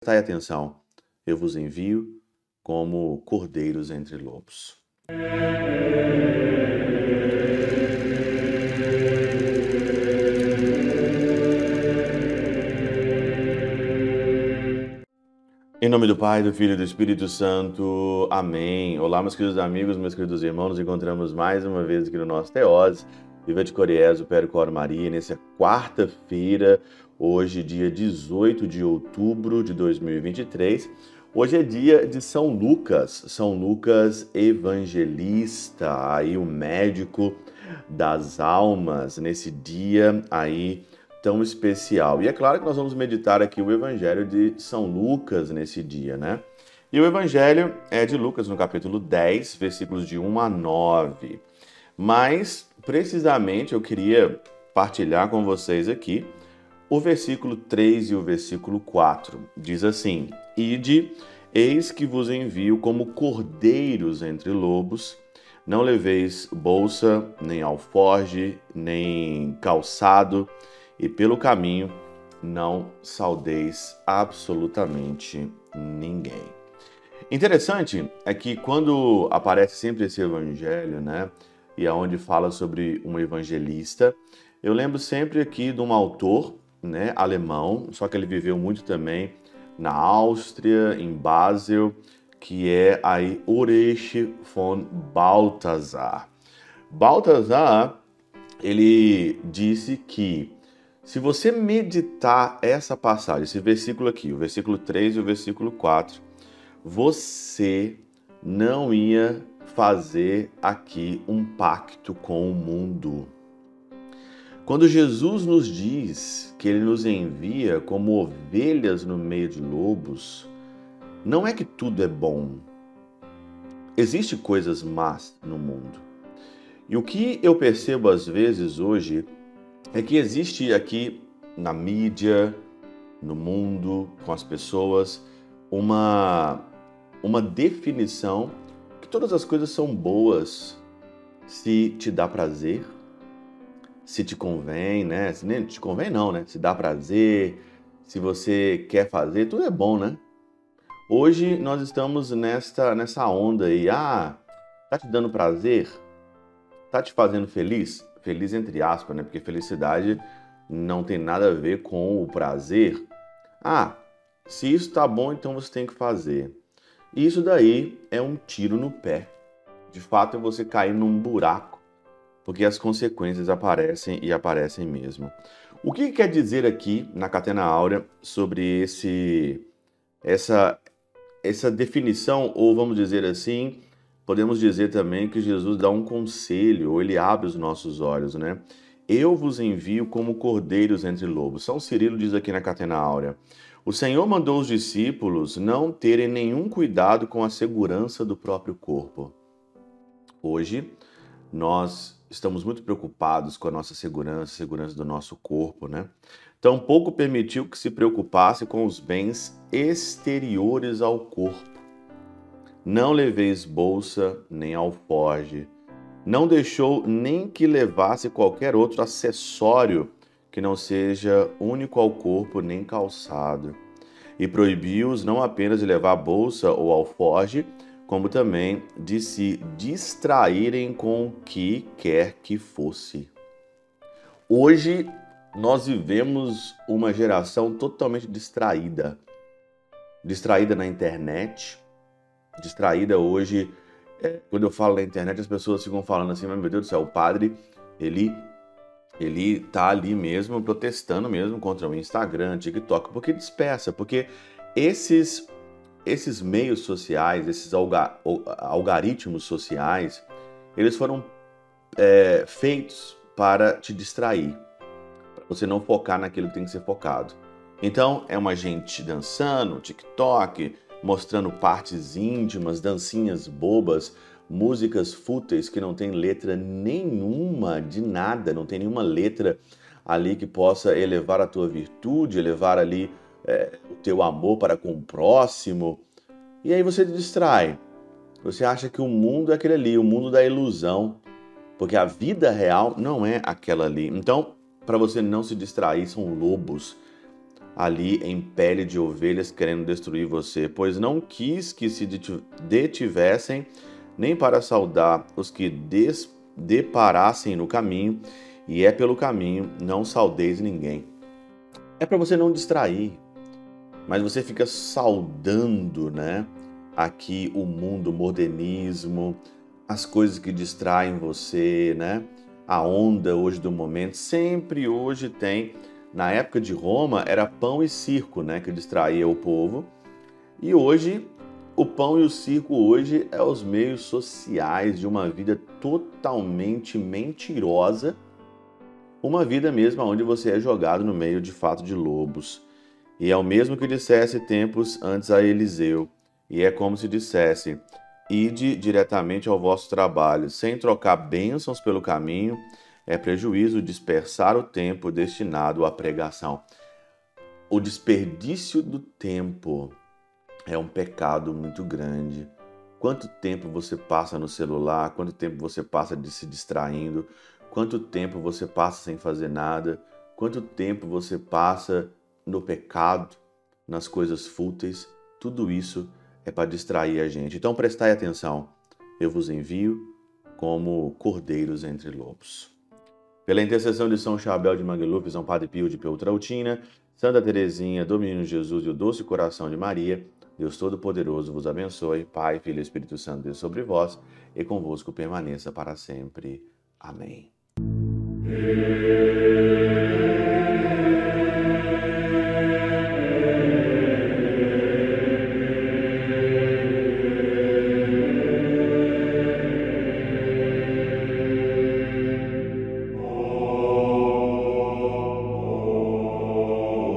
Prestai atenção, eu vos envio como cordeiros entre lobos. Em nome do Pai, do Filho e do Espírito Santo. Amém. Olá, meus queridos amigos, meus queridos irmãos. Nos encontramos mais uma vez aqui no nosso Teose. Viva de Coriés, o Percor Maria, nessa quarta-feira, hoje, dia 18 de outubro de 2023. Hoje é dia de São Lucas Evangelista, aí o médico das almas, nesse dia aí tão especial. E é claro que nós vamos meditar aqui o Evangelho de São Lucas nesse dia, né? E o Evangelho é de Lucas, no capítulo 10, versículos de 1 a 9. Mas, precisamente, eu queria partilhar com vocês aqui o versículo 3 e o versículo 4. Diz assim: Ide, eis que vos envio como cordeiros entre lobos. Não leveis bolsa, nem alforge, nem calçado, e pelo caminho não saudeis absolutamente ninguém. Interessante é que quando aparece sempre esse evangelho, né, e aonde fala sobre um evangelista, eu lembro sempre aqui de um autor, né, alemão, só que ele viveu muito também na Áustria, em Basel, que é aí Ulrich von Balthasar. Balthasar, ele disse que se você meditar essa passagem, esse versículo aqui, o versículo 3 e o versículo 4, você não ia fazer aqui um pacto com o mundo. Quando Jesus nos diz que ele nos envia como ovelhas no meio de lobos, não é que tudo é bom. Existem coisas más no mundo. E o que eu percebo às vezes hoje é que existe aqui na mídia, no mundo, com as pessoas, uma definição que todas as coisas são boas se te dá prazer, se te convém, né? Se nem te convém não, né? Se dá prazer, se você quer fazer, tudo é bom, né? Hoje nós estamos nessa onda aí. Ah, tá te dando prazer? Tá te fazendo feliz? Feliz entre aspas, né? Porque felicidade não tem nada a ver com o prazer. Ah, se isso tá bom, então você tem que fazer. Isso daí é um tiro no pé. De fato, é você cair num buraco, porque as consequências aparecem e aparecem mesmo. O que quer dizer aqui na Catena Áurea sobre essa definição, ou vamos dizer assim, podemos dizer também que Jesus dá um conselho, ou ele abre os nossos olhos, né? Eu vos envio como cordeiros entre lobos. São Cirilo diz aqui na Catena Áurea: o Senhor mandou os discípulos não terem nenhum cuidado com a segurança do próprio corpo. Hoje, nós estamos muito preocupados com a nossa segurança, segurança do nosso corpo, né? Tampouco permitiu que se preocupasse com os bens exteriores ao corpo. Não leveis bolsa, nem alforge. Não deixou nem que levasse qualquer outro acessório que não seja único ao corpo, nem calçado. E proibiu-os não apenas de levar bolsa ou alforge, como também de se distraírem com o que quer que fosse. Hoje, nós vivemos uma geração totalmente distraída. Distraída na internet, distraída hoje. Quando eu falo na internet, as pessoas ficam falando assim, mas meu Deus do céu, o padre, ele tá ali mesmo, protestando mesmo contra o Instagram, TikTok, porque dispersa, porque esses meios sociais, esses algoritmos sociais, eles foram feitos para te distrair, para você não focar naquilo que tem que ser focado. Então, é uma gente dançando, TikTok, mostrando partes íntimas, dancinhas bobas, músicas fúteis que não tem letra nenhuma de nada, não tem nenhuma letra ali que possa elevar a tua virtude, elevar ali o teu amor para com o próximo. E aí você te distrai. Você acha que o mundo é aquele ali, o mundo da ilusão, porque a vida real não é aquela ali. Então, para você não se distrair, são lobos. ali em pele de ovelhas querendo destruir você, pois não quis que se detivessem nem para saudar os que deparassem no caminho, e é pelo caminho, não saudeis ninguém. É para você não distrair, mas você fica saudando, né? Aqui o mundo, o modernismo, as coisas que distraem você, né? A onda hoje do momento, sempre hoje tem. Na época de Roma era pão e circo, né? Que distraía o povo. E hoje, o pão e o circo hoje é os meios sociais de uma vida totalmente mentirosa, uma vida mesmo onde você é jogado no meio de fato de lobos. E é o mesmo que dissesse tempos antes a Eliseu, e é como se dissesse: ide diretamente ao vosso trabalho, sem trocar bênçãos pelo caminho, é prejuízo dispersar o tempo destinado à pregação. O desperdício do tempo é um pecado muito grande. Quanto tempo você passa no celular? Quanto tempo você passa se distraindo? Quanto tempo você passa sem fazer nada? Quanto tempo você passa no pecado, nas coisas fúteis? Tudo isso é para distrair a gente. Então prestai atenção. Eu vos envio como cordeiros entre lobos. Pela intercessão de São Chabel de Mangluf, São Padre Pio de Peltrautina, Santa Teresinha, do Menino Jesus e o Doce Coração de Maria, Deus Todo-Poderoso vos abençoe, Pai, Filho e Espírito Santo, Deus sobre vós e convosco permaneça para sempre. Amém.